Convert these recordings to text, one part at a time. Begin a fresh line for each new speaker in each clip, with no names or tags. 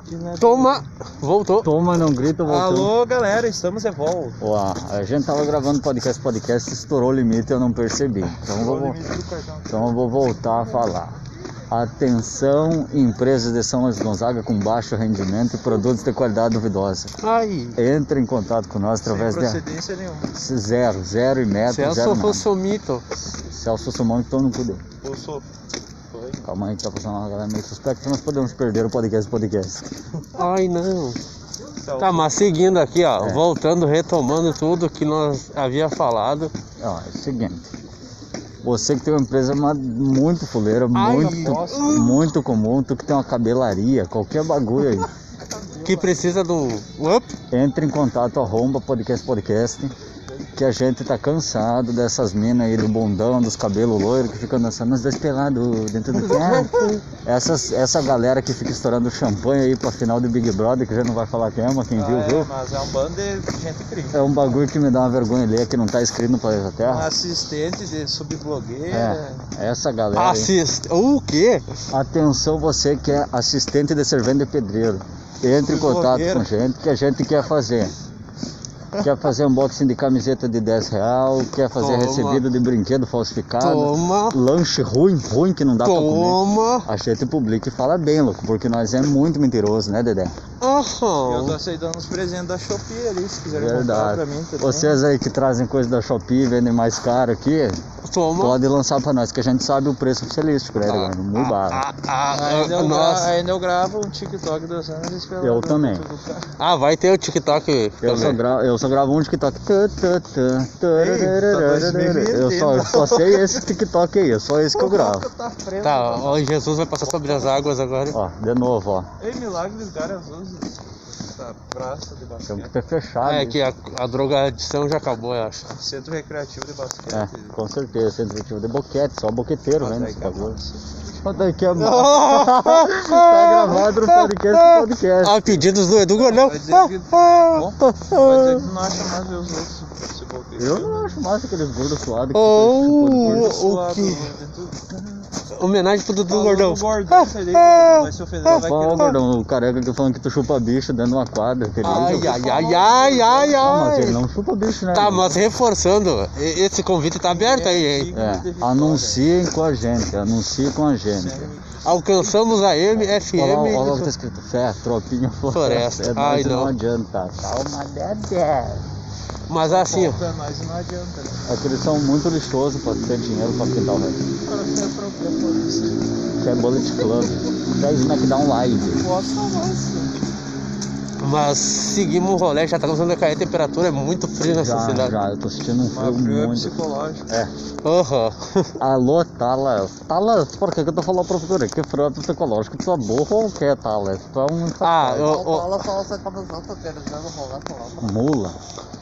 Toma! Voltou.
Toma, não grita, voltou.
Alô, galera, estamos de volta.
Uau, a gente tava gravando podcast, estourou o limite e eu não percebi. Então eu vou voltar a falar. Atenção, empresas de São Luís Gonzaga com baixo rendimento e produtos de qualidade duvidosa.
Ai.
Entre em contato com nós através de...
procedência nenhuma.
Zero e metro,
Celso
zero nada.
Fossomito.
Celso Sumão que todo no cu dele.
Foi.
Calma aí que tá passando uma galera meio suspeita, nós podemos perder o podcast.
Ai, não. Tá, mas seguindo aqui, ó, voltando, retomando tudo que nós havia falado.
Ó, é o seguinte. Você que tem uma empresa muito fuleira, muito comum, tu que tem uma cabelaria, qualquer bagulho aí.
Que precisa de um up.
Entre em contato, @podcast, que a gente tá cansado dessas minas aí do bundão, dos cabelos loiros que ficam dançando nos dois pelados dentro do quarto. Essa galera que fica estourando champanhe aí pra final do Big Brother, que já não vai falar quem viu.
Mas é um bando de gente incrível.
É um bagulho que me dá uma vergonha ler, que não tá escrito no Planeta Terra.
Assistente de subblogueira.
Essa galera aí.
O quê?
Atenção, você que é assistente de servente de pedreiro. Entre em contato com a gente, que a gente quer fazer. Quer fazer unboxing de camiseta de R$10, quer fazer recebido de brinquedo falsificado, lanche ruim que não dá pra comer. A gente publica e fala bem, louco, porque nós é muito mentiroso, né, Dedé?
Eu tô aceitando os presentes da Shopee ali, se quiserem comprar pra mim também.
Vocês aí que trazem coisa da Shopee e vendem mais caro aqui, pode lançar pra nós, que a gente sabe o preço oficialístico, né, muito barato.
Ainda eu gravo um TikTok dos anos.
Eu também.
Vai ter o TikTok também.
Eu só gravo um TikTok. Eu só sei esse TikTok aí, é só esse que eu gravo.
Tá, ó, Jesus vai passar sobre as águas agora.
Ó, de novo, ó.
Ei, milagre dos caras, essa praça de basquete.
Temos que ter fechado.
É que a drogadição já acabou, eu acho.
Centro recreativo de basquete.
Com certeza, centro recreativo de boquete, só boqueteiro, né, nesse bagulho. Olha aqui a tá gravado no podcast.
A pedidos do Edu Gordão.
Vai dizer que não acha mais ver os outros.
Eu não acho mais aqueles gordos suados.
Homenagem pro Dudu Gordão.
Vai se ofender, vai
Fala, Gordão, o careca que falando que tu chupa bicho dentro de uma quadra.
Ai.
Mas ele não chupa bicho, né?
Tá, mas reforçando, esse convite tá aberto aí, hein?
Anunciem com a gente,
Alcançamos a MFM.
Olha o que tá escrito, fé, tropinha floresta.
Ai, não
adianta. Calma, Dedé.
Mas assim, ó.
Pra nós não adianta, né?
É que eles são muito lixosos pra ter dinheiro pra pintar o resto. Quer Bullet Club, quer SmackDown Live.
Mas seguimos o rolê, já tá começando a cair a temperatura, é muito frio nessa cidade.
Já, eu tô sentindo um frio muito.
Psicológico.
Alô, Talas, por que eu tô falando pra você? Que frio é psicológico? Tu é burro ou o que, Talas? Tu é um... Mula.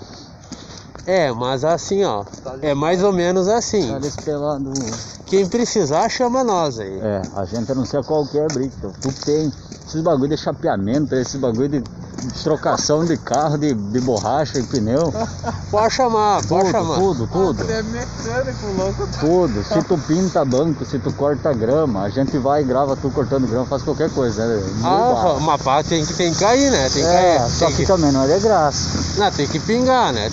Mas assim, ó, é mais ou menos assim. Quem precisar, chama nós aí.
A gente anuncia qualquer briga. Tu tem esses bagulho de chapeamento, esses bagulho de trocação de carro, de borracha e pneu.
Pode chamar.
Tudo.
Você é mecânico, louco.
Tudo. Se tu pinta banco, se tu corta grama, a gente vai e grava tu cortando grama, faz qualquer coisa, né?
Uma parte tem que cair, né?
Só que também não é de graça.
Não, tem que pingar, né?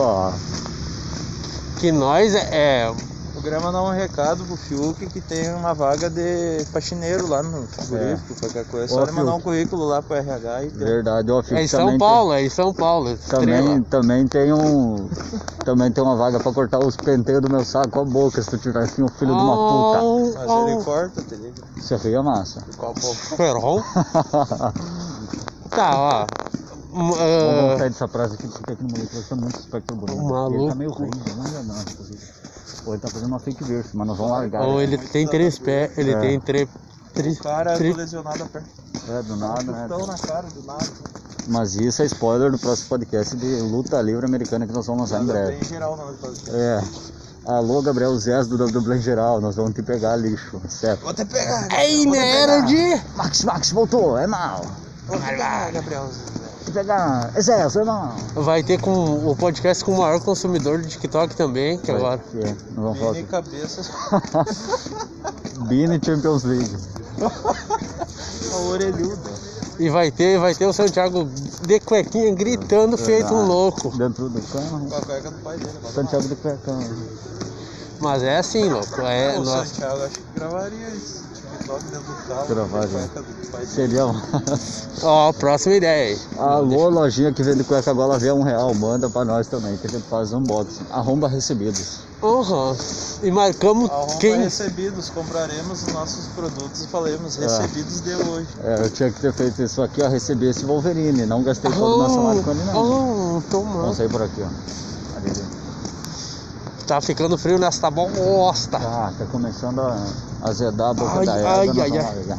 Que nós
O Grama dá um recado pro Fiuk que tem uma vaga de faxineiro lá no frigorífico, qualquer coisa. Só ele mandar um currículo lá pro RH e tem.
Verdade,
em São Paulo.
Também tem uma vaga pra cortar os penteios do meu saco com a boca, se tu tiver assim, um filho de uma puta.
Mas ele corta, te liga.
Isso aí é massa.
Ferrão. Tá, ó.
Vamos sair dessa frase aqui, porque aqui no maluco vai ser muito espectro bonito. Ele tá meio ruim, não é inclusive. Ou ele tá fazendo uma fake verse, mas nós vamos largar.
Ou ele tem três pés, tem três...
O cara é lesionado a perna.
Do nada, né?
Na cara, do nada.
Mas isso é spoiler do próximo podcast de luta livre americana que nós vamos lançar em breve.
Em geral, não,
Alô, Gabriel Zés do WWE Geral, nós vamos te pegar, lixo, certo?
Vou te pegar.
Ei, nerd!
Max voltou, é mal.
Vou te pegar, Gabriel.
Te pegar, é irmão.
Vai ter com o podcast com o maior consumidor de TikTok também, que agora.
Não vamos falar.
Bini cabeças.
Bini Champions League.
A orelhuda.
E vai ter o Santiago de cuequinha gritando, feito um louco.
Dentro do carro.
Com a cueca do pai dele.
Santiago de cuecão.
Mas é assim, louco.
O Santiago acho que gravaria isso. TikTok dentro do carro.
Gravaria.
Cueca do pai dele.
Seria uma...
Ó, próxima ideia aí.
Alô, lojinha que vende cueca agora vê R$1, manda pra nós também, que a gente faz unboxing. Arromba recebidos.
Uhum. E marcamos quem...
recebidos, compraremos os nossos produtos e falemos recebidos de hoje.
Eu tinha que ter feito isso aqui, ó, recebi esse Wolverine, não gastei todo o meu salário com ele não.
Toma.
Vamos sair por aqui, ó. Ali.
Tá ficando frio nessa bosta.
Tá começando a azedar a boca
Ai,
da
ai,
égua.
ai.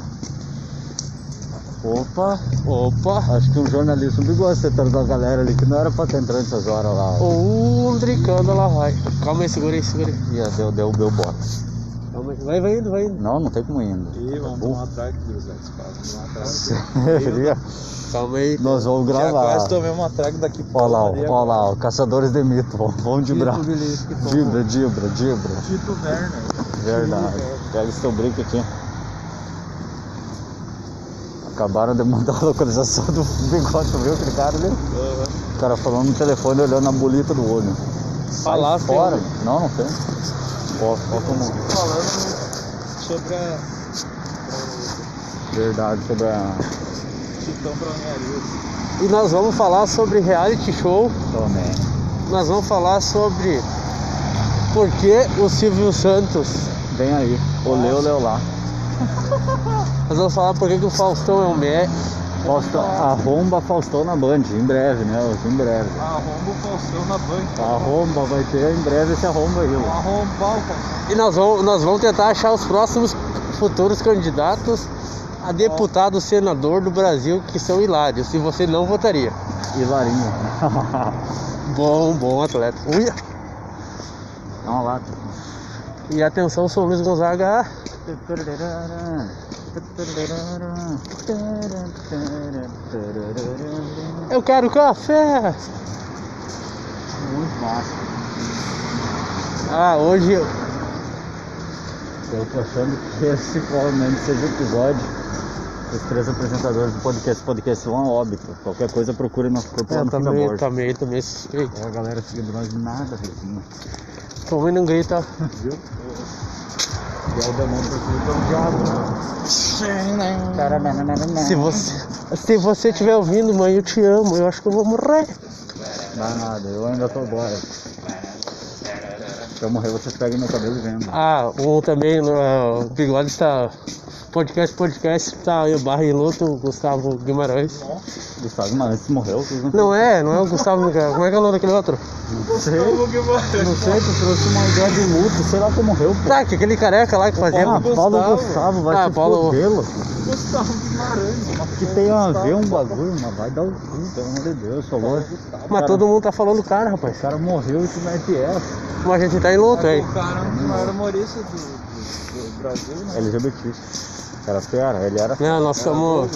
Opa, acho que um jornalista não gosta de trazer a galera ali, que não era pra estar entrando essas horas lá.
Dricando lá, vai. Calma aí, segura aí.
Ia, deu bota.
Calma aí. Vai indo.
Não tem como indo.
Ih, vamos tomar track,
Seria?
Calma aí.
Nós vamos
Já
gravar.
quase tomei uma track daqui.
Olha lá, ó, caçadores de mito, vamos dibrar. Dibra.
Tito Werner.
Verdade. Pega esse teu brinco aqui. Acabaram de mandar a localização do bigode, tu viu aquele cara ali? O cara falando no telefone, olhando na bolita do olho.
Falar
fora? Não tem. Ó como...
Falando sobre a...
Verdade, sobre a...
Titão pra Unharias.
E nós vamos falar sobre reality show.
Também.
Nós vamos falar sobre por que o Silvio Santos.
Vem aí, olê lá.
Nós vamos falar por que o Faustão é um mé.
Arromba Faustão na Band, em breve, né? Em breve.
Arromba o Faustão na Band.
Arromba, vai ter em breve esse arromba aí.
Arrombar o Faustão.
E nós vamos tentar achar os próximos futuros candidatos a deputado senador do Brasil, que são hilários. Se você não votaria.
Hilarinho.
Bom atleta. Uia.
Dá uma lata.
E atenção, São Luís Gonzaga. Eu quero café.
Muito massa.
Hoje
eu tô achando que esse provavelmente seja o episódio dos 3 apresentadores do podcast vão a óbito. Qualquer coisa procure nosso corpo lá no
também suspeito.
A galera seguindo nós nada, vizinho.
Como não grita.
Viu? E é o demônio do diabo.
Se você estiver ouvindo, mãe, eu te amo. Eu acho que eu vou morrer.
Não, nada, eu ainda tô agora. Se eu morrer, vocês pegam meu cabelo e vendo.
Também, o Bigode está... Podcast, tá aí o Barra em Luto, Gustavo Guimarães.
Gustavo Guimarães morreu?
Não é o Gustavo, como é que é o nome daquele outro?
Não sei, tu trouxe uma ideia de luto, sei lá que morreu, pô.
Tá, que aquele careca lá que fazia...
Paulo Gustavo, vai se fodê-lo.
Gustavo Guimarães.
Que tem a ver um bagulho, mas vai dar o cu, pelo amor de Deus, falou.
Mas todo mundo tá falando do cara, rapaz.
O cara morreu e tu mete essa.
Mas a gente tá em luto aí.
O cara não era humorista do Brasil, né?
LGBT. Era fera, ele era...
Não, nós somos...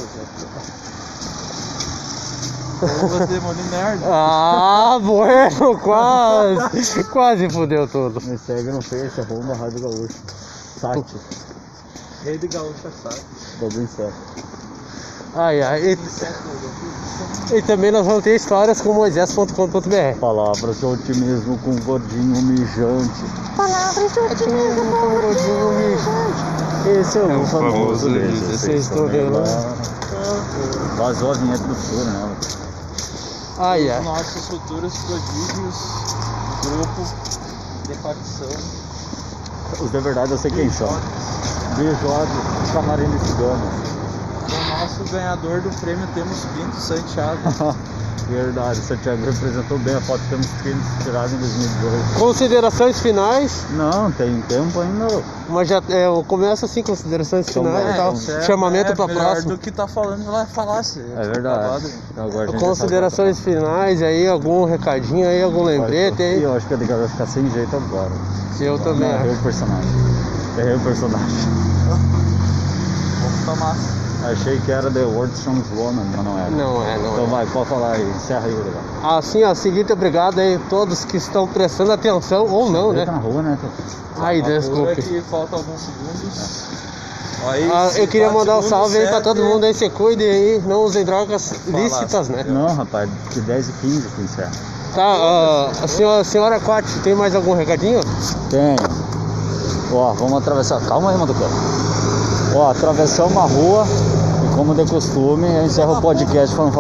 Bueno, quase fudeu tudo.
Me segue no Face, arromba Rádio Gaúcho. Site.
Rede Gaúcha Site.
Bagulho certo.
E também nós vamos ter histórias com moisés.com.br.
Palavras de otimismo com gordinho mijante.
Palavras de otimismo com gordinho mijante. Esse é o famoso 16 toneladas.
Vazou a vinheta do futuro, né?
Os nossos futuros prodígios, grupo de facção.
Os de verdade eu sei quem são. Beijoado, camarim de cigano.
O nosso ganhador do prêmio Temos Pinto, Santiago.
Verdade, Santiago representou bem a foto que Temos Pinto tirada em 2018.
Considerações finais?
Não, tem tempo ainda.
Mas já começa assim, considerações finais e tal. Chamamento pra próxima.
Do que tá falando, vai falar se.
É verdade. Agora
considerações finais aí, algum recadinho aí, algum lembrete aí.
Eu acho que a Edgar vai ficar sem jeito agora.
Eu também.
Errei o personagem.
Vamos tomar.
Achei que era The World's Strongest Woman, mas não era.
Não é.
Então vai, pode falar aí, encerra aí, legal.
Assim, seguinte, obrigado aí a todos que estão prestando atenção, ou não, né?
Tá na rua, né?
Ai, desculpe.
Que falta alguns segundos. Aí,
Eu queria mandar um salve aí pra
7,
todo mundo aí, se cuide aí, não usem drogas lícitas, né?
Não, rapaz, de 10h15 que encerra.
Tá, a senhora Quati, tem mais algum recadinho?
Tenho. Ó, vamos atravessar. Calma aí, Maduqueiro. Ó, atravessamos a rua e como de costume, eu encerro o podcast falando